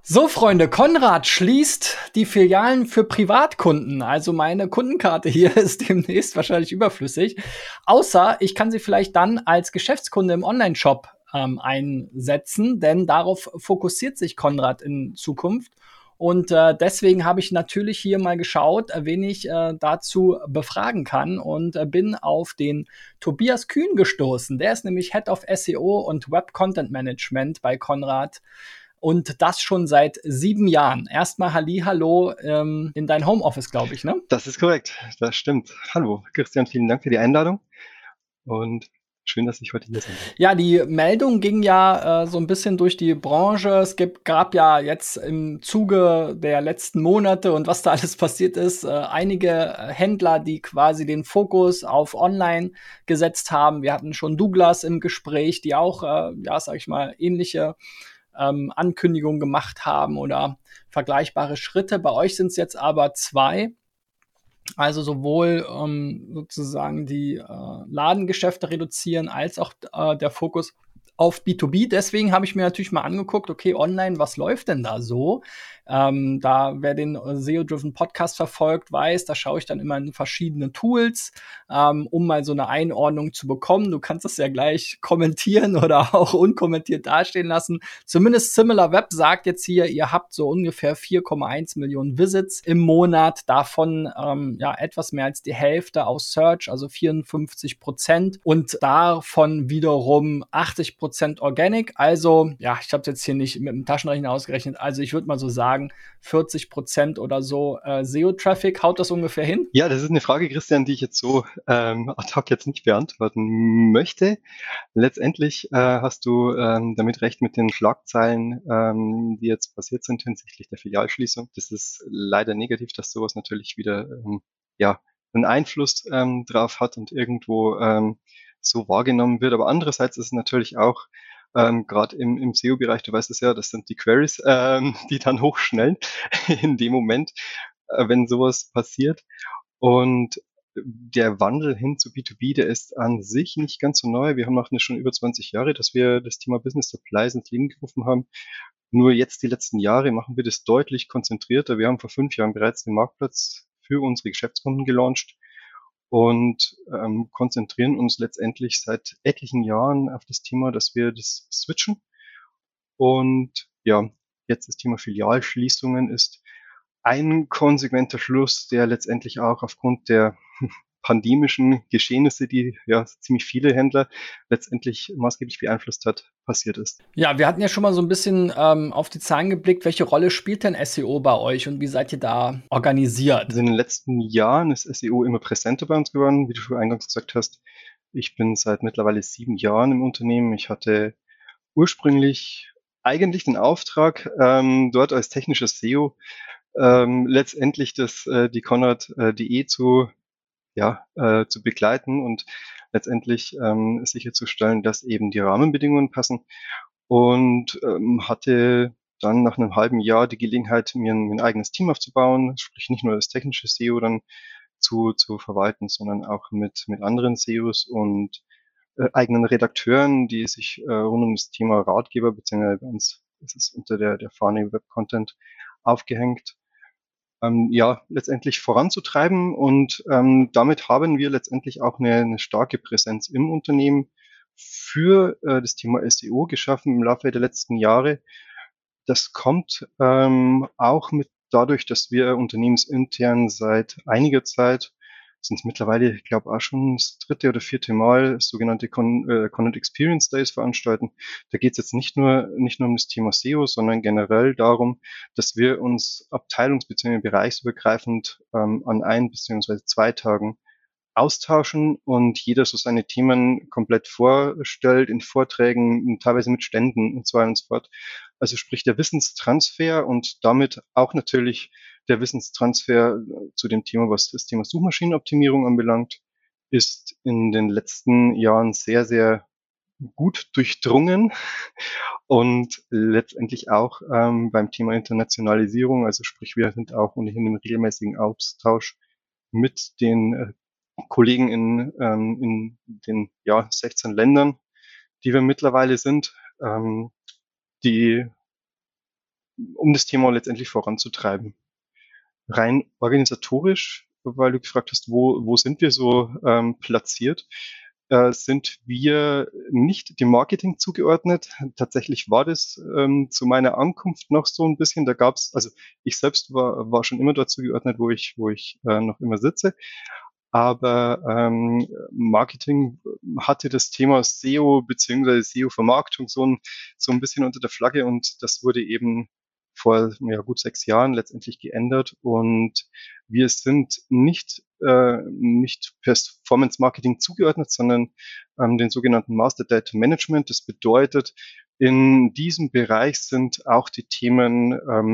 So, Freunde, Konrad schließt die Filialen für Privatkunden. Also meine Kundenkarte hier ist demnächst wahrscheinlich überflüssig. Außer ich kann sie vielleicht dann als Geschäftskunde im Onlineshop einsetzen, denn darauf fokussiert sich Konrad in Zukunft. Und deswegen habe ich natürlich hier mal geschaut, wen ich dazu befragen kann und bin auf den Tobias Kühn gestoßen. Der ist nämlich Head of SEO und Web Content Management bei Konrad. Und das schon seit 7 Jahren. Erstmal Hallihallo in dein Homeoffice, glaube ich, ne? Das ist korrekt, das stimmt. Hallo, Christian, vielen Dank für die Einladung und schön, dass ich heute hier sein darf. Ja, die Meldung ging ja so ein bisschen durch die Branche. Gab ja jetzt im Zuge der letzten Monate und was da alles passiert ist, einige Händler, die quasi den Fokus auf Online gesetzt haben. Wir hatten schon Douglas im Gespräch, die auch, ja, sag ich mal, ähnliche Ankündigungen gemacht haben oder vergleichbare Schritte. Bei euch sind es jetzt aber zwei. Also sowohl sozusagen die Ladengeschäfte reduzieren, als auch der Fokus auf B2B. Deswegen habe ich mir natürlich mal angeguckt, okay, online, was läuft denn da so? Da wer den SEO-Driven Podcast verfolgt, weiß, da schaue ich dann immer in verschiedene Tools, um mal so eine Einordnung zu bekommen. Du kannst das ja gleich kommentieren oder auch unkommentiert dastehen lassen. Zumindest SimilarWeb sagt jetzt hier, ihr habt so ungefähr 4,1 Millionen Visits im Monat, davon ja etwas mehr als die Hälfte aus Search, also 54% und davon wiederum 80% Organic. Also ja, ich habe es jetzt hier nicht mit dem Taschenrechner ausgerechnet. Also ich würde mal so sagen, 40% oder so SEO-Traffic. Haut das ungefähr hin? Ja, das ist eine Frage, Christian, die ich jetzt so ad hoc jetzt nicht beantworten möchte. Letztendlich hast du damit recht mit den Schlagzeilen, die jetzt passiert sind hinsichtlich der Filialschließung. Das ist leider negativ, dass sowas natürlich wieder ja, einen Einfluss drauf hat und irgendwo so wahrgenommen wird. Aber andererseits ist es natürlich auch gerade im SEO-Bereich, du weißt es ja, das sind die Queries, die dann hochschnellen in dem Moment, wenn sowas passiert. Und der Wandel hin zu B2B, der ist an sich nicht ganz so neu. Wir haben auch schon über 20 Jahre, dass wir das Thema Business Supplies ins Leben gerufen haben. Nur jetzt die letzten Jahre machen wir das deutlich konzentrierter. Wir haben vor 5 Jahren bereits den Marktplatz für unsere Geschäftskunden gelauncht und konzentrieren uns letztendlich seit etlichen Jahren auf das Thema, dass wir das switchen. Und ja, jetzt das Thema Filialschließungen ist ein konsequenter Schluss, der letztendlich auch aufgrund der pandemischen Geschehnisse, die ja ziemlich viele Händler letztendlich maßgeblich beeinflusst hat, passiert ist. Ja, wir hatten ja schon mal so ein bisschen auf die Zahlen geblickt. Welche Rolle spielt denn SEO bei euch und wie seid ihr da Also organisiert? in den letzten Jahren ist SEO immer präsenter bei uns geworden, wie du schon eingangs gesagt hast. Ich bin seit mittlerweile 7 Jahren im Unternehmen. Ich hatte ursprünglich eigentlich den Auftrag, dort als technischer SEO letztendlich die Konrad.de zu begleiten und letztendlich sicherzustellen, dass eben die Rahmenbedingungen passen. Und hatte dann nach einem halben Jahr die Gelegenheit, mir ein eigenes Team aufzubauen, sprich nicht nur das technische SEO dann zu verwalten, sondern auch mit anderen SEOs und eigenen Redakteuren, die sich rund um das Thema Ratgeber, beziehungsweise bei uns ist es unter der Fahne Web Content aufgehängt, ja, letztendlich voranzutreiben. Und damit haben wir letztendlich auch eine starke Präsenz im Unternehmen für das Thema SEO geschaffen im Laufe der letzten Jahre. Das kommt auch mit dadurch, dass wir unternehmensintern seit einiger Zeit, sind es mittlerweile, ich glaube auch schon das dritte oder vierte Mal, sogenannte Content Experience Days veranstalten. Da geht es jetzt nicht nur um das Thema SEO, sondern generell darum, dass wir uns bzw. bereichsübergreifend an ein bzw. 2 Tagen austauschen und jeder so seine Themen komplett vorstellt in Vorträgen, teilweise mit Ständen und so weiter und so fort. Also sprich der Wissenstransfer und damit auch natürlich der Wissenstransfer zu dem Thema, was das Thema Suchmaschinenoptimierung anbelangt, ist in den letzten Jahren sehr, sehr gut durchdrungen und letztendlich auch beim Thema Internationalisierung, also sprich wir sind auch ohnehin im regelmäßigen Austausch mit den Kollegen in den 16 Ländern, die wir mittlerweile sind. Die um das Thema letztendlich voranzutreiben. Rein organisatorisch, weil du gefragt hast, wo sind wir so platziert, sind wir nicht dem Marketing zugeordnet. Tatsächlich war das zu meiner Ankunft noch so ein bisschen. Da gab's, also ich selbst war schon immer dort zugeordnet, wo ich noch immer sitze. Aber Marketing hatte das Thema SEO beziehungsweise SEO-Vermarktung so ein bisschen unter der Flagge, und das wurde eben vor gut 6 Jahren letztendlich geändert, und wir sind nicht Performance Marketing zugeordnet, sondern den sogenannten Master Data Management. Das bedeutet, in diesem Bereich sind auch die Themen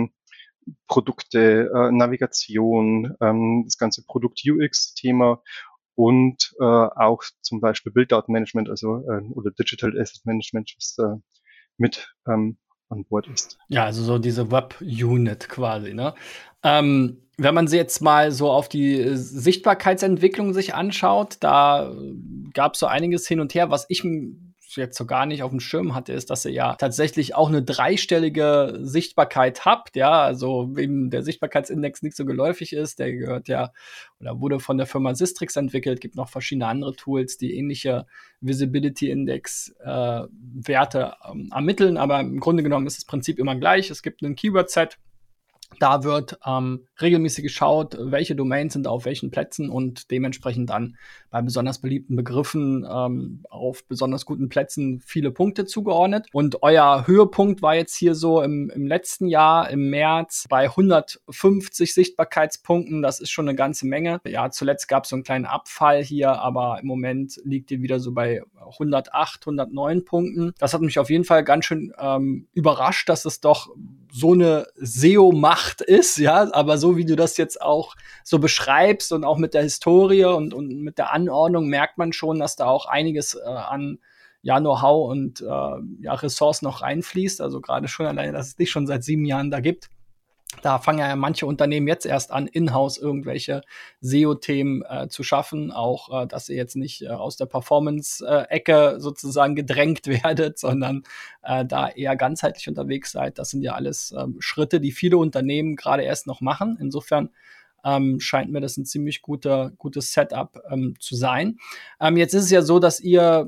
Produkte, Navigation, das ganze Produkt-UX-Thema und auch zum Beispiel Bilddatenmanagement, also oder Digital Asset Management, was mit an Bord ist. Ja, also so diese Web-Unit quasi, ne? Wenn man sie jetzt mal so auf die Sichtbarkeitsentwicklung sich anschaut, da gab es so einiges hin und her. Was ich jetzt so gar nicht auf dem Schirm hatte, ist, dass ihr ja tatsächlich auch eine dreistellige Sichtbarkeit habt, ja, also wem der Sichtbarkeitsindex nicht so geläufig ist, der gehört ja oder wurde von der Firma Sistrix entwickelt, gibt noch verschiedene andere Tools, die ähnliche Visibility Index Werte ermitteln, aber im Grunde genommen ist das Prinzip immer gleich. Es gibt einen Keyword-Set. Da wird regelmäßig geschaut, welche Domains sind auf welchen Plätzen und dementsprechend dann bei besonders beliebten Begriffen auf besonders guten Plätzen viele Punkte zugeordnet. Und euer Höhepunkt war jetzt hier so im letzten Jahr, im März, bei 150 Sichtbarkeitspunkten. Das ist schon eine ganze Menge. Ja, zuletzt gab es so einen kleinen Abfall hier, aber im Moment liegt ihr wieder so bei 108, 109 Punkten. Das hat mich auf jeden Fall ganz schön überrascht, dass es doch so eine SEO-Macht ist, ja, aber so wie du das jetzt auch so beschreibst und auch mit der Historie und mit der Anordnung merkt man schon, dass da auch einiges an Know-how und Ressourcen noch reinfließt. Also gerade schon alleine, dass es dich schon seit 7 Jahren da gibt. Da fangen ja manche Unternehmen jetzt erst an, in-house irgendwelche SEO-Themen zu schaffen. Auch, dass ihr jetzt nicht aus der Performance-Ecke sozusagen gedrängt werdet, sondern da eher ganzheitlich unterwegs seid. Das sind ja alles Schritte, die viele Unternehmen gerade erst noch machen. Insofern scheint mir das ein ziemlich gutes Setup zu sein. Jetzt ist es ja so, dass ihr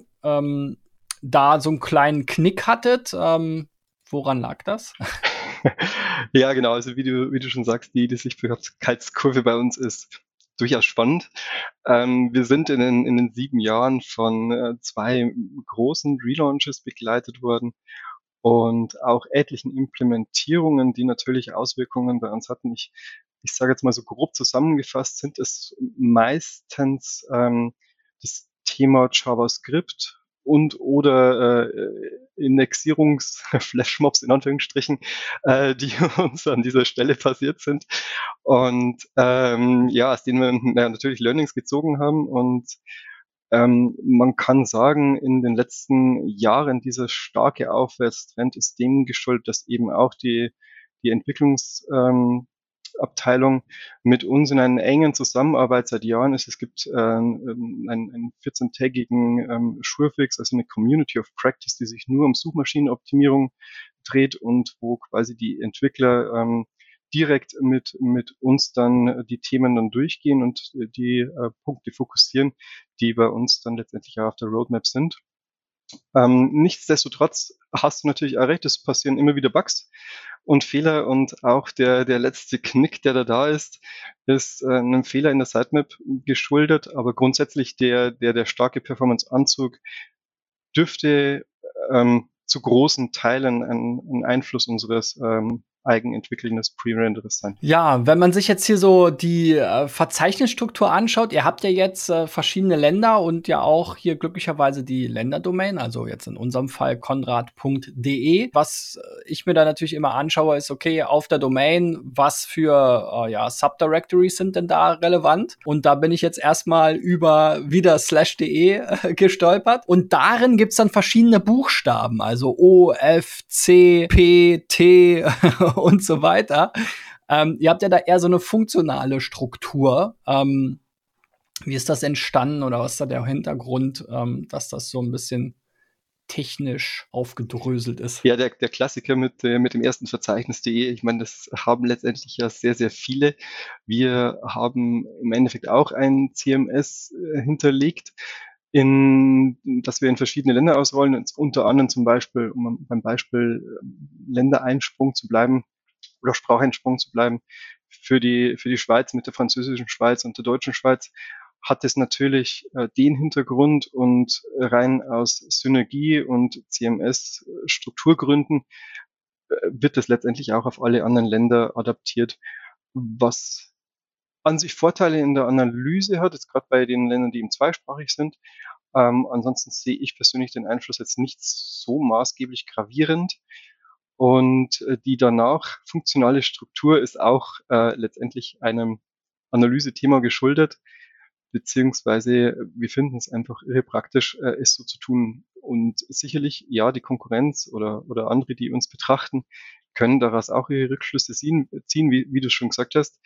da so einen kleinen Knick hattet. Woran lag das? Ja, genau. Also wie du schon sagst, die Sichtbarkeitskurve bei uns ist durchaus spannend. Wir sind in den 7 Jahren von 2 großen Relaunches begleitet worden und auch etlichen Implementierungen, die natürlich Auswirkungen bei uns hatten. Ich sage jetzt mal so grob zusammengefasst, sind es meistens das Thema JavaScript und oder Indexierungs-Flashmobs in Anführungsstrichen, die uns an dieser Stelle passiert sind. Und aus denen wir natürlich Learnings gezogen haben. Und man kann sagen, in den letzten Jahren dieser starke Aufwärtstrend ist dem geschuldet, dass eben auch die Entwicklungsabteilung mit uns in einer engen Zusammenarbeit seit Jahren ist. Es gibt einen 14-tägigen Surefix, also eine Community of Practice, die sich nur um Suchmaschinenoptimierung dreht und wo quasi die Entwickler direkt mit uns dann die Themen dann durchgehen und die Punkte fokussieren, die bei uns dann letztendlich auch auf der Roadmap sind. Nichtsdestotrotz hast du natürlich auch recht, es passieren immer wieder Bugs und Fehler, und auch der letzte Knick, der da ist einem Fehler in der Sitemap geschuldet, aber grundsätzlich der starke Performance-Anzug dürfte zu großen Teilen ein Einfluss unseres eigenentwickelndes Pre-Renderers sein. Ja, wenn man sich jetzt hier so die Verzeichnisstruktur anschaut, ihr habt ja jetzt verschiedene Länder und ja auch hier glücklicherweise die Länderdomain, also jetzt in unserem Fall konrad.de. Was ich mir da natürlich immer anschaue, ist, okay, auf der Domain, was für Subdirectories sind denn da relevant? Und da bin ich jetzt erstmal über wieder /de gestolpert. Und darin gibt's dann verschiedene Buchstaben, also O, F, C, P, T und so weiter. Ihr habt ja da eher so eine funktionale Struktur. Wie ist das entstanden oder was ist da der Hintergrund, dass das so ein bisschen technisch aufgedröselt ist. Ja, der Klassiker mit dem ersten Verzeichnis.de. Ich meine, das haben letztendlich ja sehr, sehr viele. Wir haben im Endeffekt auch ein CMS hinterlegt, dass wir in verschiedene Länder ausrollen, unter anderem zum Beispiel, um beim Beispiel Ländereinsprung zu bleiben oder Spracheinsprung zu bleiben, für die Schweiz mit der französischen Schweiz und der deutschen Schweiz hat es natürlich den Hintergrund und rein aus Synergie und CMS-Strukturgründen wird das letztendlich auch auf alle anderen Länder adaptiert, was an sich Vorteile in der Analyse hat, jetzt gerade bei den Ländern, die eben zweisprachig sind. Ansonsten sehe ich persönlich den Einfluss jetzt nicht so maßgeblich gravierend. Und die danach funktionale Struktur ist auch letztendlich einem Analysethema geschuldet, beziehungsweise wir finden es einfach irre praktisch, es so zu tun. Und sicherlich, ja, die Konkurrenz oder andere, die uns betrachten, können daraus auch ihre Rückschlüsse ziehen, wie du schon gesagt hast.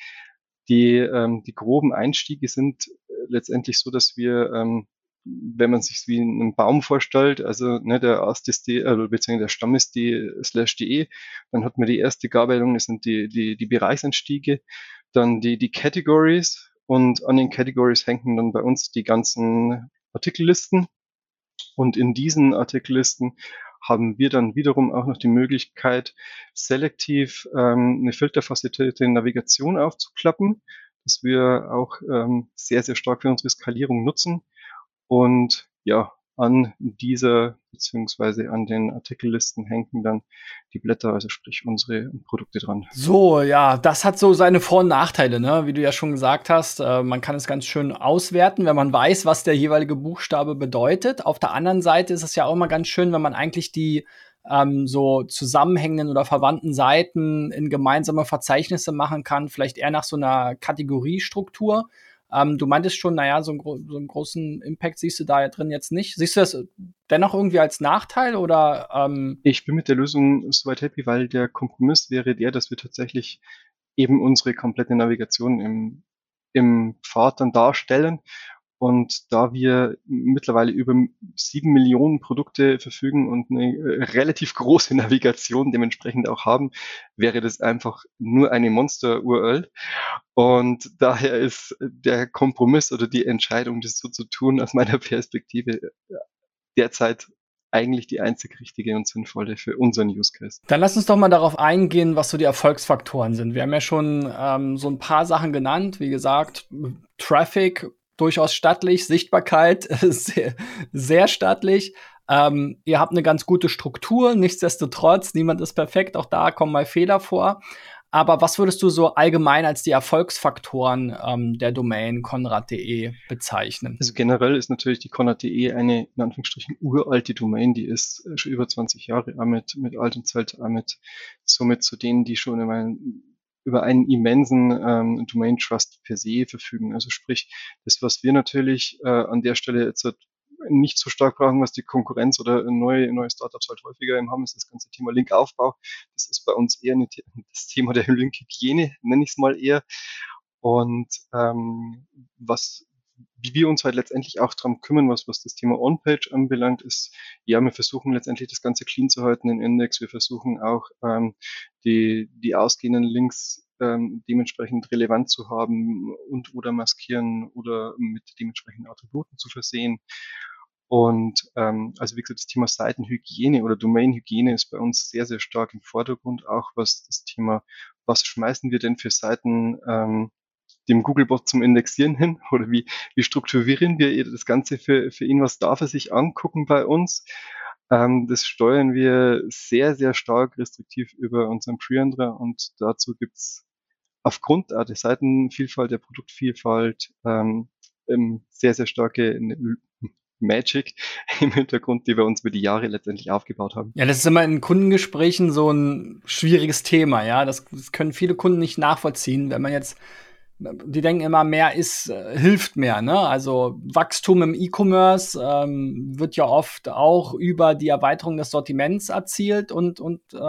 Die groben Einstiege sind letztendlich so, dass wir, wenn man sich wie einen Baum vorstellt, also ne, der Ast ist beziehungsweise der Stamm ist die/de, dann hat man die erste Gabelung, das sind die Bereichsanstiege, dann die Categories und an den Categories hängen dann bei uns die ganzen Artikellisten und in diesen Artikellisten haben wir dann wiederum auch noch die Möglichkeit, selektiv eine filterfacilitierte Navigation aufzuklappen, das wir auch sehr, sehr stark für unsere Skalierung nutzen. Und ja, an dieser beziehungsweise an den Artikellisten hängen dann die Blätter, also sprich unsere Produkte dran. So, ja, das hat so seine Vor- und Nachteile, ne? Wie du ja schon gesagt hast, man kann es ganz schön auswerten, wenn man weiß, was der jeweilige Buchstabe bedeutet. Auf der anderen Seite ist es ja auch mal ganz schön, wenn man eigentlich die so zusammenhängenden oder verwandten Seiten in gemeinsame Verzeichnisse machen kann, vielleicht eher nach so einer Kategoriestruktur. Du meintest schon, naja, so einen großen Impact siehst du da ja drin jetzt nicht. Siehst du das dennoch irgendwie als Nachteil oder? Ich bin mit der Lösung soweit happy, weil der Kompromiss wäre der, dass wir tatsächlich eben unsere komplette Navigation im Pfad dann darstellen. Und da wir mittlerweile über 7 Millionen Produkte verfügen und eine relativ große Navigation dementsprechend auch haben, wäre das einfach nur eine Monster-URL. Und daher ist der Kompromiss oder die Entscheidung, das so zu tun, aus meiner Perspektive derzeit eigentlich die einzig richtige und sinnvolle für unseren Use Case. Dann lass uns doch mal darauf eingehen, was so die Erfolgsfaktoren sind. Wir haben ja schon so ein paar Sachen genannt. Wie gesagt, Traffic durchaus stattlich, Sichtbarkeit sehr, sehr stattlich. Ihr habt eine ganz gute Struktur, nichtsdestotrotz, niemand ist perfekt, auch da kommen mal Fehler vor. Aber was würdest du so allgemein als die Erfolgsfaktoren der Domain konrad.de bezeichnen? Also generell ist natürlich die konrad.de eine, in Anführungsstrichen, uralte Domain, die ist schon über 20 Jahre mit Alt und Zelt, somit zu denen, die schon über einen immensen Domain Trust per se verfügen. Also sprich, das, was wir natürlich an der Stelle jetzt nicht so stark brauchen, was die Konkurrenz oder neue Startups halt häufiger haben, ist das ganze Thema Linkaufbau. Das ist bei uns eher das Thema der Linkhygiene, nenne ich es mal eher. Und wie wir uns halt letztendlich auch drum kümmern, was das Thema On-Page anbelangt, ist, ja, wir versuchen letztendlich das Ganze clean zu halten im Index. Wir versuchen auch die ausgehenden Links dementsprechend relevant zu haben und oder maskieren oder mit dementsprechenden Attributen zu versehen. Und also wie gesagt, das Thema Seitenhygiene oder Domainhygiene ist bei uns sehr, sehr stark im Vordergrund, auch was das Thema, was schmeißen wir denn für Seiten dem Googlebot zum Indexieren hin oder wie strukturieren wir das Ganze für ihn, was darf er sich angucken bei uns. Das steuern wir sehr, sehr stark restriktiv über unseren Pre-Renderer und dazu gibt's aufgrund der Seitenvielfalt, der Produktvielfalt sehr, sehr starke Magic im Hintergrund, die wir uns über die Jahre letztendlich aufgebaut haben. Ja, das ist immer in Kundengesprächen so ein schwieriges Thema, ja. Das können viele Kunden nicht nachvollziehen, wenn man jetzt die denken immer, mehr ist, hilft mehr, ne? Also Wachstum im E-Commerce wird ja oft auch über die Erweiterung des Sortiments erzielt und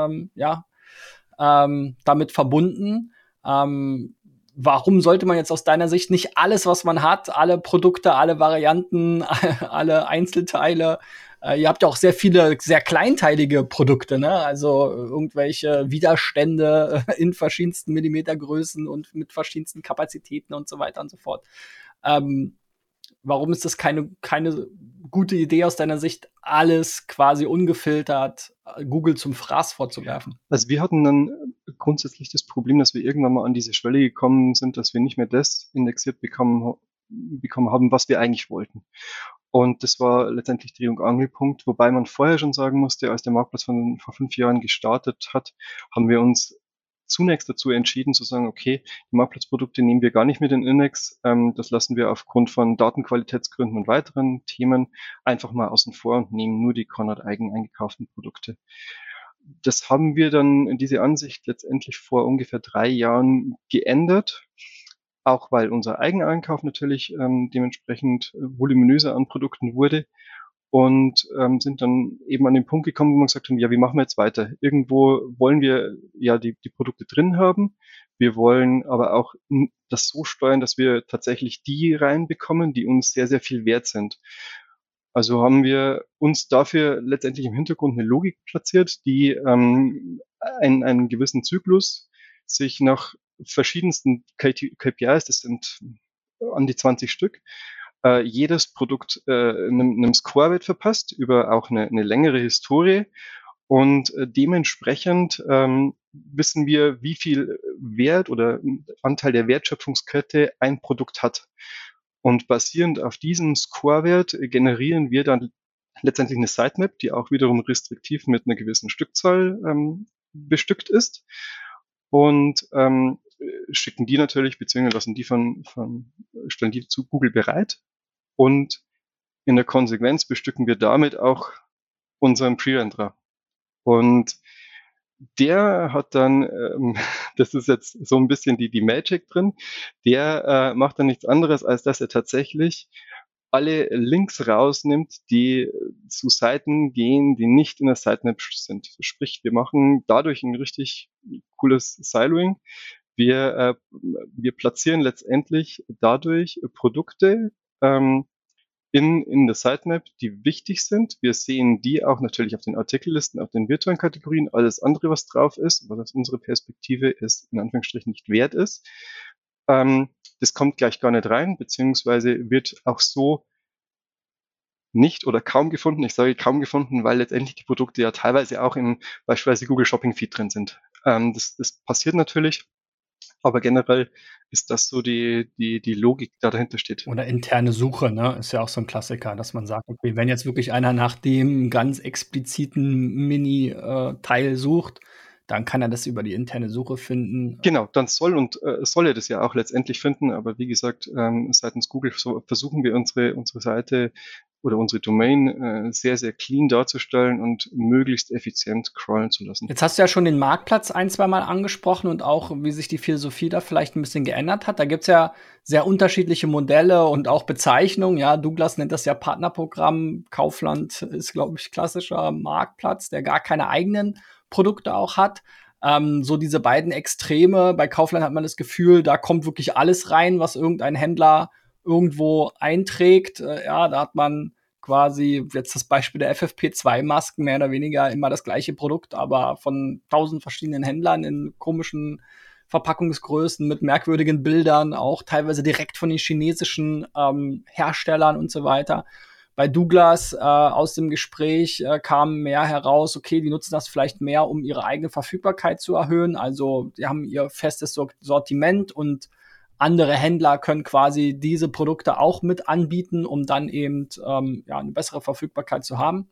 damit verbunden. Warum sollte man jetzt aus deiner Sicht nicht alles, was man hat, alle Produkte, alle Varianten, alle Einzelteile Ihr habt ja auch sehr viele sehr kleinteilige Produkte, ne? Also irgendwelche Widerstände in verschiedensten Millimetergrößen und mit verschiedensten Kapazitäten und so weiter und so fort. Ähm, Warum ist das keine gute Idee aus deiner Sicht, alles quasi ungefiltert Google zum Fraß vorzuwerfen? Also wir hatten dann grundsätzlich das Problem, dass wir irgendwann mal an diese Schwelle gekommen sind, dass wir nicht mehr das indexiert bekommen haben, was wir eigentlich wollten. Und das war letztendlich Dreh- und Angelpunkt, wobei man vorher schon sagen musste, als der Marktplatz vor 5 Jahren gestartet hat, haben wir uns zunächst dazu entschieden zu sagen, okay, die Marktplatzprodukte nehmen wir gar nicht mit in den Index. Das lassen wir aufgrund von Datenqualitätsgründen und weiteren Themen einfach mal außen vor und nehmen nur die Conrad eigen eingekauften Produkte. Das haben wir dann, diese Ansicht letztendlich vor ungefähr 3 Jahren geändert, auch weil unser Eigeneinkauf natürlich dementsprechend voluminöser an Produkten wurde und sind dann eben an den Punkt gekommen, wo wir gesagt haben, ja, wie machen wir jetzt weiter? Irgendwo wollen wir ja die Produkte drin haben. Wir wollen aber auch das so steuern, dass wir tatsächlich die reinbekommen, die uns sehr, sehr viel wert sind. Also haben wir uns dafür letztendlich im Hintergrund eine Logik platziert, die einen gewissen Zyklus sich nach verschiedensten KPIs, das sind an die 20 Stück, jedes Produkt einem Scorewert verpasst über auch eine längere Historie und dementsprechend wissen wir, wie viel Wert oder Anteil der Wertschöpfungskette ein Produkt hat. Und basierend auf diesem Scorewert generieren wir dann letztendlich eine Sitemap, die auch wiederum restriktiv mit einer gewissen Stückzahl bestückt ist. Und schicken die natürlich, beziehungsweise lassen die stellen die zu Google bereit. Und in der Konsequenz bestücken wir damit auch unseren Pre-Renderer. Und der hat dann, das ist jetzt so ein bisschen die Magic drin, der macht dann nichts anderes, als dass er tatsächlich alle Links rausnimmt, die zu Seiten gehen, die nicht in der Sitemap sind. Sprich, wir machen dadurch ein richtig cooles Siloing. Wir platzieren letztendlich dadurch Produkte in der Sitemap, die wichtig sind. Wir sehen die auch natürlich auf den Artikellisten, auf den virtuellen Kategorien. Alles andere, was drauf ist, was aus unserer Perspektive ist, in Anführungsstrichen nicht wert ist, das kommt gleich gar nicht rein, beziehungsweise wird auch so nicht oder kaum gefunden. Ich sage kaum gefunden, weil letztendlich die Produkte ja teilweise auch im beispielsweise Google Shopping Feed drin sind. Das passiert natürlich, aber generell ist das so die Logik, die da dahinter steht. Oder interne Suche, ne? Ist ja auch so ein Klassiker, dass man sagt, okay, wenn jetzt wirklich einer nach dem ganz expliziten Mini-Teil sucht, dann kann er das über die interne Suche finden. Genau, dann soll er das ja auch letztendlich finden, aber wie gesagt, seitens Google versuchen wir unsere Seite oder unsere Domain sehr, sehr clean darzustellen und möglichst effizient crawlen zu lassen. Jetzt hast du ja schon den Marktplatz ein, zwei Mal angesprochen und auch, wie sich die Philosophie da vielleicht ein bisschen geändert hat. Da gibt's ja sehr unterschiedliche Modelle und auch Bezeichnungen. Ja, Douglas nennt das ja Partnerprogramm. Kaufland ist, glaube ich, klassischer Marktplatz, der gar keine eigenen Produkte auch hat. So diese beiden Extreme. Bei Kaufland hat man das Gefühl, da kommt wirklich alles rein, was irgendein Händler irgendwo einträgt. Ja, da hat man quasi jetzt das Beispiel der FFP2-Masken, mehr oder weniger immer das gleiche Produkt, aber von 1000 verschiedenen Händlern in komischen Verpackungsgrößen mit merkwürdigen Bildern, auch teilweise direkt von den chinesischen Herstellern und so weiter. Bei Douglas aus dem Gespräch kam mehr heraus, okay, die nutzen das vielleicht mehr, um ihre eigene Verfügbarkeit zu erhöhen. Also die haben ihr festes Sortiment und andere Händler können quasi diese Produkte auch mit anbieten, um dann eben ja, eine bessere Verfügbarkeit zu haben.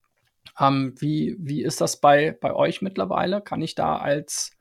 Wie ist das bei euch mittlerweile? Kann ich da als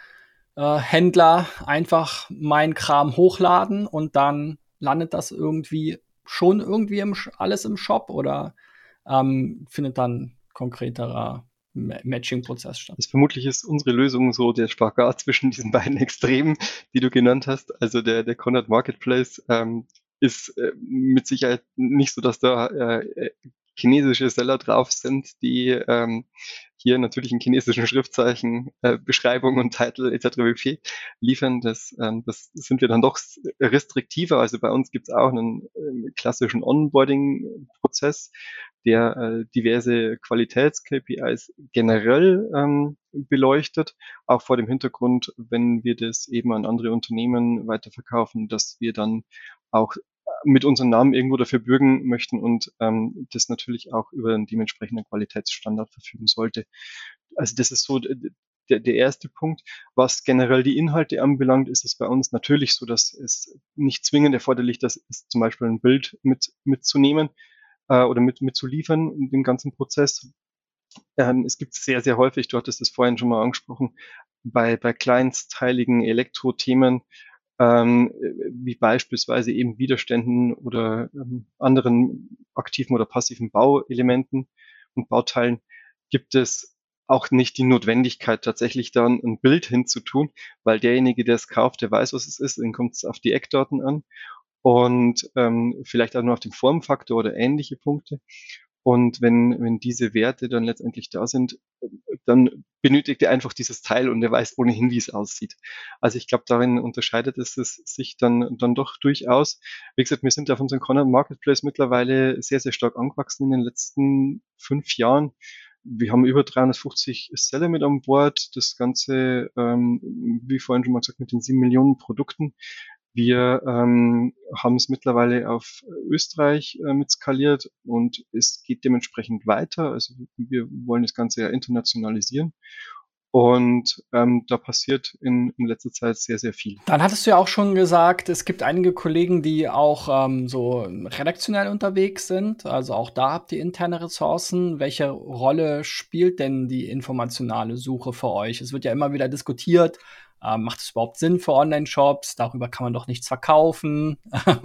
Händler einfach meinen Kram hochladen und dann landet das irgendwie alles im Shop oder findet dann konkreterer Matching-Prozess statt? Vermutlich ist unsere Lösung so der Spagat zwischen diesen beiden Extremen, die du genannt hast. Also der Conrad Marketplace ist mit Sicherheit nicht so, dass da chinesische Seller drauf sind, die hier natürlich in chinesischen Schriftzeichen Beschreibung und Titel etc. pp. Liefern. Das sind wir dann doch restriktiver. Also bei uns gibt es auch einen klassischen Onboarding-Prozess, der diverse Qualitäts-KPIs generell beleuchtet, auch vor dem Hintergrund, wenn wir das eben an andere Unternehmen weiterverkaufen, dass wir dann auch mit unserem Namen irgendwo dafür bürgen möchten und das natürlich auch über einen dementsprechenden Qualitätsstandard verfügen sollte. Also das ist so der erste Punkt. Was generell die Inhalte anbelangt, ist es bei uns natürlich so, dass es nicht zwingend erforderlich ist, zum Beispiel ein Bild mitzunehmen oder mitzuliefern in dem ganzen Prozess. Es gibt sehr, sehr häufig, du hattest es vorhin schon mal angesprochen, bei kleinstteiligen Elektrothemen, wie beispielsweise eben Widerständen oder anderen aktiven oder passiven Bauelementen und Bauteilen, gibt es auch nicht die Notwendigkeit, tatsächlich dann ein Bild hinzutun, weil derjenige, der es kauft, der weiß, was es ist, dann kommt es auf die Eckdaten an und vielleicht auch nur auf den Formfaktor oder ähnliche Punkte. Und wenn diese Werte dann letztendlich da sind, dann benötigt er einfach dieses Teil und er weiß ohnehin, wie es aussieht. Also ich glaube, darin unterscheidet es sich dann doch durchaus. Wie gesagt, wir sind auf unserem Content Marketplace mittlerweile sehr, sehr stark angewachsen in den letzten 5 Jahren. Wir haben über 350 Seller mit an Bord. Das Ganze, wie vorhin schon mal gesagt, mit den 7 Millionen Produkten. Wir haben es mittlerweile auf Österreich mit skaliert und es geht dementsprechend weiter. Also wir wollen das Ganze ja internationalisieren. Und da passiert in letzter Zeit sehr, sehr viel. Dann hattest du ja auch schon gesagt, es gibt einige Kollegen, die auch so redaktionell unterwegs sind. Also auch da habt ihr interne Ressourcen. Welche Rolle spielt denn die informationale Suche für euch? Es wird ja immer wieder diskutiert, macht es überhaupt Sinn für Online-Shops? Darüber kann man doch nichts verkaufen.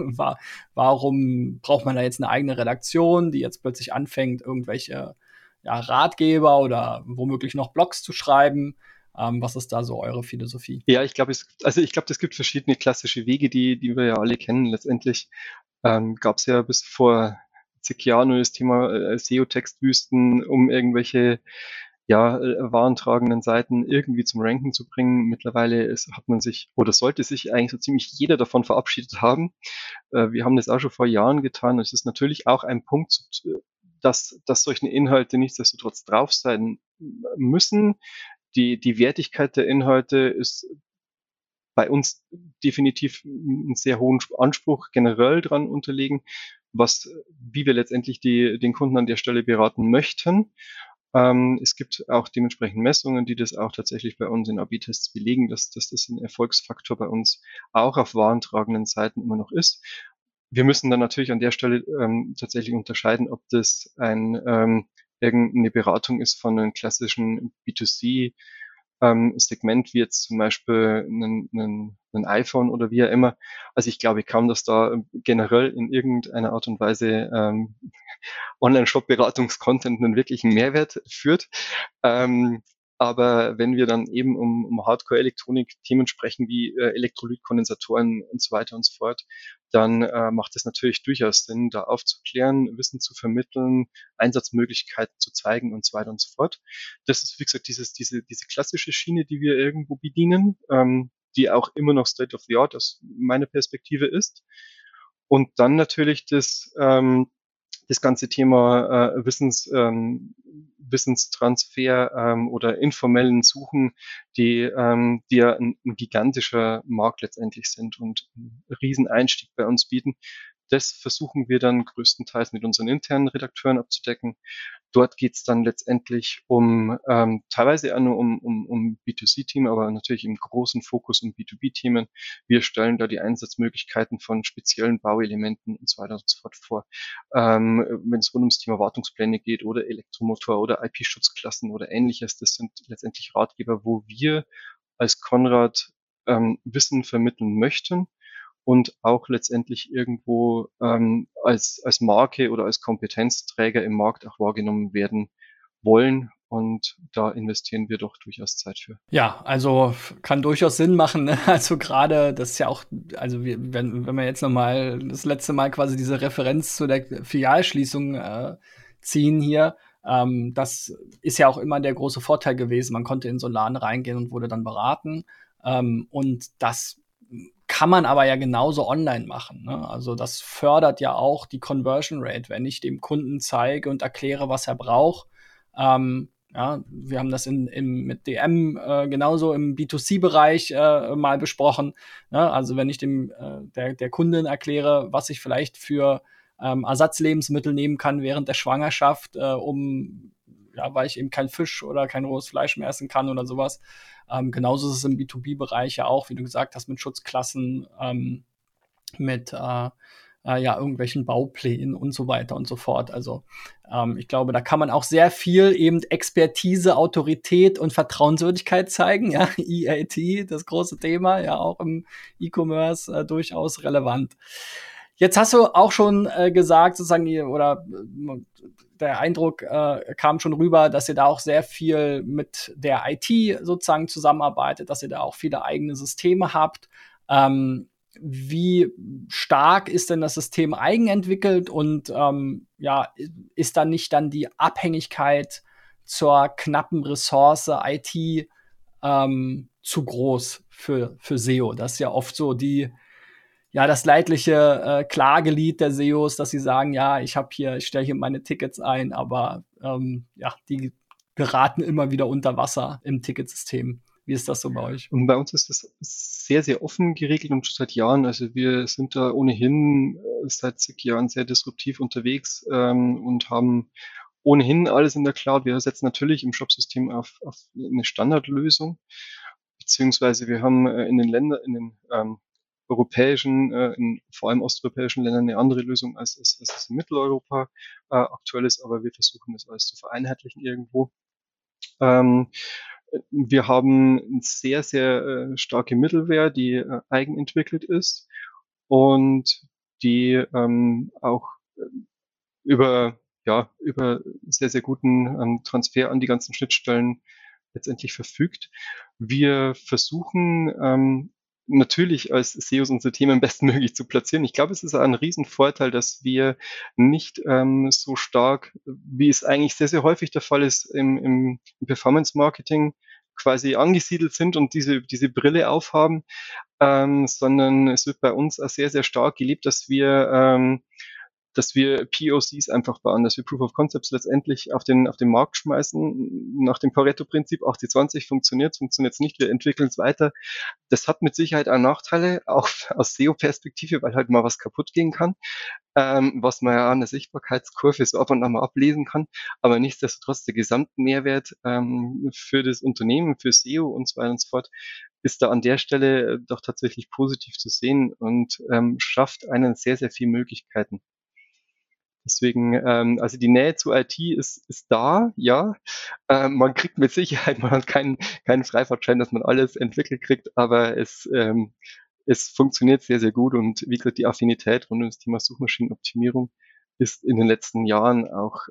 Warum braucht man da jetzt eine eigene Redaktion, die jetzt plötzlich anfängt, irgendwelche Ratgeber oder womöglich noch Blogs zu schreiben? Was ist da so eure Philosophie? Ja, ich glaube, es gibt verschiedene klassische Wege, die wir ja alle kennen. Letztendlich gab es ja bis vor zig Jahren nur das Thema SEO-Textwüsten, um irgendwelche warentragenden Seiten irgendwie zum Ranken zu bringen. Mittlerweile hat man sich oder sollte sich eigentlich so ziemlich jeder davon verabschiedet haben. Wir haben das auch schon vor Jahren getan. Es ist natürlich auch ein Punkt, dass solche Inhalte nichtsdestotrotz drauf sein müssen. Die Wertigkeit der Inhalte ist bei uns definitiv einen sehr hohen Anspruch generell dran unterlegen, wie wir letztendlich den Kunden an der Stelle beraten möchten. Es gibt auch dementsprechend Messungen, die das auch tatsächlich bei uns in A/B-Tests belegen, dass das ein Erfolgsfaktor bei uns auch auf warentragenden Seiten immer noch ist. Wir müssen dann natürlich an der Stelle tatsächlich unterscheiden, ob das irgendeine Beratung ist von einem klassischen B2C Segment, wie jetzt zum Beispiel ein iPhone oder wie auch immer. Also ich glaube kaum, dass da generell in irgendeiner Art und Weise Online-Shop-Beratungs-Content einen wirklichen Mehrwert führt. Aber wenn wir dann eben um Hardcore-Elektronik-Themen sprechen, wie Elektrolytkondensatoren und so weiter und so fort, dann macht es natürlich durchaus Sinn, da aufzuklären, Wissen zu vermitteln, Einsatzmöglichkeiten zu zeigen und so weiter und so fort. Das ist, wie gesagt, diese klassische Schiene, die wir irgendwo bedienen, die auch immer noch State of the Art aus meiner Perspektive ist. Und dann natürlich das ganze Thema Wissenstransfer oder informellen Suchen, die ja ein gigantischer Markt letztendlich sind und einen riesen Einstieg bei uns bieten. Das versuchen wir dann größtenteils mit unseren internen Redakteuren abzudecken. Dort geht's dann letztendlich teilweise auch nur um B2C-Themen, aber natürlich im großen Fokus um B2B-Themen. Wir stellen da die Einsatzmöglichkeiten von speziellen Bauelementen und so weiter und so fort vor. Wenn es rund ums Thema Wartungspläne geht oder Elektromotor oder IP-Schutzklassen oder ähnliches, das sind letztendlich Ratgeber, wo wir als Konrad Wissen vermitteln möchten und auch letztendlich irgendwo als Marke oder als Kompetenzträger im Markt auch wahrgenommen werden wollen. Und da investieren wir doch durchaus Zeit für. Ja, also kann durchaus Sinn machen. Ne? Also gerade, das ist ja auch, also wenn wir jetzt noch mal das letzte Mal quasi diese Referenz zu der Filialschließung ziehen hier. Das ist ja auch immer der große Vorteil gewesen. Man konnte in so einen Laden reingehen und wurde dann beraten. Und das kann man aber ja genauso online machen, ne? Also das fördert ja auch die Conversion Rate, wenn ich dem Kunden zeige und erkläre, was er braucht. Ja, wir haben das mit DM genauso im B2C-Bereich mal besprochen, ne? Also wenn ich der Kundin erkläre, was ich vielleicht für Ersatzlebensmittel nehmen kann während der Schwangerschaft, weil ich eben kein Fisch oder kein rohes Fleisch mehr essen kann oder sowas. Genauso ist es im B2B-Bereich ja auch, wie du gesagt hast, mit Schutzklassen, mit irgendwelchen Bauplänen und so weiter und so fort. Also ich glaube, da kann man auch sehr viel eben Expertise, Autorität und Vertrauenswürdigkeit zeigen. Ja, EAT, das große Thema, ja auch im E-Commerce durchaus relevant. Jetzt hast du auch schon gesagt, sozusagen, der Eindruck kam schon rüber, dass ihr da auch sehr viel mit der IT sozusagen zusammenarbeitet, dass ihr da auch viele eigene Systeme habt. Wie stark ist denn das System eigenentwickelt und ist dann nicht dann die Abhängigkeit zur knappen Ressource IT zu groß für SEO? Das ist ja oft so das leidliche Klagelied der SEOs, dass sie sagen, ja, ich stelle hier meine Tickets ein, aber die geraten immer wieder unter Wasser im Ticketsystem. Wie ist das so bei euch? Und bei uns ist das sehr, sehr offen geregelt und schon seit Jahren. Also wir sind da ohnehin seit zig Jahren sehr disruptiv unterwegs und haben ohnehin alles in der Cloud. Wir setzen natürlich im Shopsystem auf eine Standardlösung, beziehungsweise wir haben in den europäischen, vor allem osteuropäischen Ländern eine andere Lösung als es in Mitteleuropa aktuell ist, aber wir versuchen das alles zu vereinheitlichen irgendwo. Wir haben eine sehr, sehr starke Middleware, die eigenentwickelt ist und die auch über sehr, sehr guten Transfer an die ganzen Schnittstellen letztendlich verfügt. Wir versuchen natürlich als SEOs unsere Themen bestmöglich zu platzieren. Ich glaube, es ist ein Riesenvorteil, dass wir nicht so stark, wie es eigentlich sehr, sehr häufig der Fall ist, im Performance-Marketing quasi angesiedelt sind und diese Brille aufhaben, sondern es wird bei uns auch sehr, sehr stark gelebt, dass wir POCs einfach bauen, dass wir Proof of Concepts letztendlich auf den Markt schmeißen. Nach dem Pareto-Prinzip 80-20 funktioniert es nicht, wir entwickeln es weiter. Das hat mit Sicherheit auch Nachteile, auch aus SEO-Perspektive, weil halt mal was kaputt gehen kann, was man ja an der Sichtbarkeitskurve so ab und an mal ablesen kann. Aber nichtsdestotrotz der Gesamtmehrwert für das Unternehmen, für SEO und so weiter und so fort, ist da an der Stelle doch tatsächlich positiv zu sehen und schafft einen sehr, sehr viele Möglichkeiten. Deswegen, also die Nähe zu IT ist da, ja. Man kriegt mit Sicherheit, man hat keinen Freifahrtschein, dass man alles entwickelt kriegt, aber es funktioniert sehr, sehr gut und wie gesagt, die Affinität rund um das Thema Suchmaschinenoptimierung ist in den letzten Jahren auch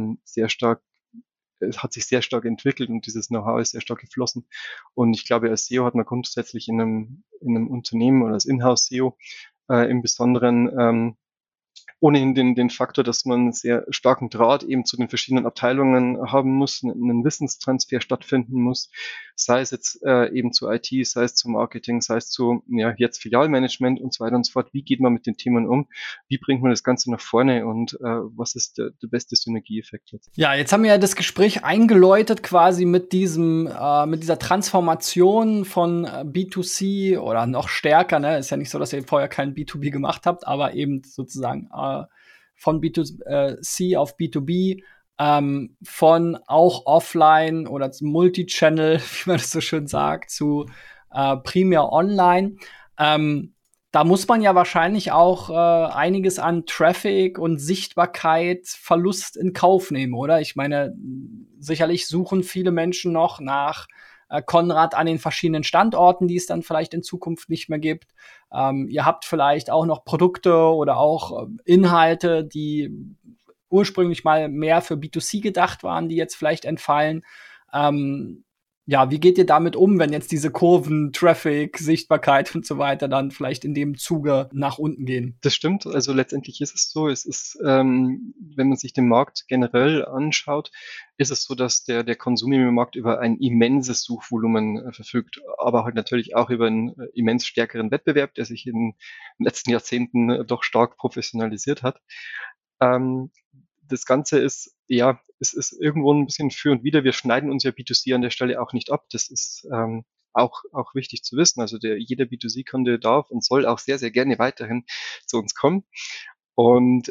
es hat sich sehr stark entwickelt und dieses Know-how ist sehr stark geflossen. Und ich glaube, als SEO hat man grundsätzlich in einem Unternehmen oder als Inhouse-SEO im Besonderen ohnehin den Faktor, dass man einen sehr starken Draht eben zu den verschiedenen Abteilungen haben muss, einen Wissenstransfer stattfinden muss, sei es jetzt eben zu IT, sei es zu Marketing, sei es zu jetzt Filialmanagement und so weiter und so fort. Wie geht man mit den Themen um? Wie bringt man das Ganze nach vorne und was ist der beste Synergieeffekt jetzt? Ja, jetzt haben wir ja das Gespräch eingeläutet quasi mit dieser Transformation von B2C oder noch stärker, ne? Ist ja nicht so, dass ihr vorher kein B2B gemacht habt, aber eben sozusagen von B2C auf B2B, von auch Offline oder Multichannel, wie man das so schön sagt, zu primär online. Da muss man ja wahrscheinlich auch einiges an Traffic und Sichtbarkeit, Verlust in Kauf nehmen, oder? Ich meine, sicherlich suchen viele Menschen noch nach Konrad an den verschiedenen Standorten, die es dann vielleicht in Zukunft nicht mehr gibt. Ihr habt vielleicht auch noch Produkte oder auch Inhalte, die ursprünglich mal mehr für B2C gedacht waren, die jetzt vielleicht entfallen. Ja, wie geht ihr damit um, wenn jetzt diese Kurven, Traffic, Sichtbarkeit und so weiter dann vielleicht in dem Zuge nach unten gehen? Das stimmt. Also letztendlich ist es so, es ist, wenn man sich den Markt generell anschaut, ist es so, dass der Konsum im Markt über ein immenses Suchvolumen verfügt, aber halt natürlich auch über einen immens stärkeren Wettbewerb, der sich in den letzten Jahrzehnten doch stark professionalisiert hat. Ähm, Das Ganze ist, ja, es ist irgendwo ein bisschen für und wider. Wir schneiden uns ja B2C an der Stelle auch nicht ab. Das ist auch wichtig zu wissen. Also jeder B2C-Kunde darf und soll auch sehr, sehr gerne weiterhin zu uns kommen. Und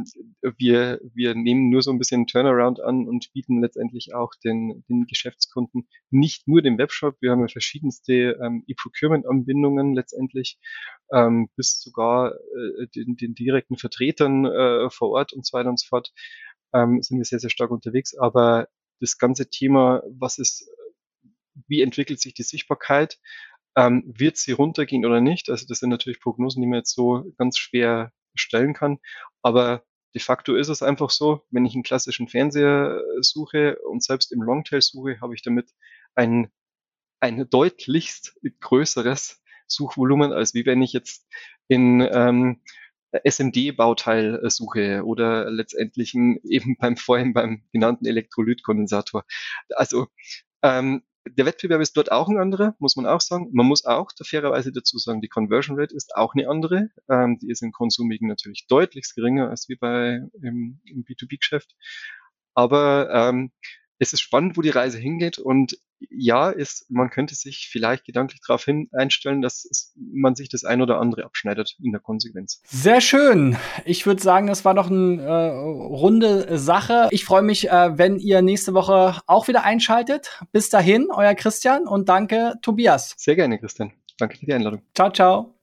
wir nehmen nur so ein bisschen Turnaround an und bieten letztendlich auch den Geschäftskunden nicht nur den Webshop. Wir haben ja verschiedenste E-Procurement-Anbindungen letztendlich, bis sogar den direkten Vertretern vor Ort und so weiter und so fort, sind wir sehr, sehr stark unterwegs. Aber das ganze Thema, wie entwickelt sich die Sichtbarkeit, wird sie runtergehen oder nicht? Also das sind natürlich Prognosen, die man jetzt so ganz schwer stellen kann. Aber de facto ist es einfach so, wenn ich einen klassischen Fernseher suche und selbst im Longtail suche, habe ich damit ein, ein deutlichst größeres Suchvolumen, als wie wenn ich jetzt in SMD-Bauteil suche oder letztendlich eben beim genannten Elektrolytkondensator. Also der Wettbewerb ist dort auch ein anderer, muss man auch sagen. Man muss auch fairerweise dazu sagen, die Conversion Rate ist auch eine andere. Die ist im Konsummigen natürlich deutlich geringer als wie im B2B-Geschäft. Aber es ist spannend, wo die Reise hingeht. Und ja, man könnte sich vielleicht gedanklich darauf einstellen, dass man sich das ein oder andere abschneidet in der Konsequenz. Sehr schön. Ich würde sagen, das war doch eine runde Sache. Ich freue mich, wenn ihr nächste Woche auch wieder einschaltet. Bis dahin, euer Christian und danke, Tobias. Sehr gerne, Christian. Danke für die Einladung. Ciao, ciao.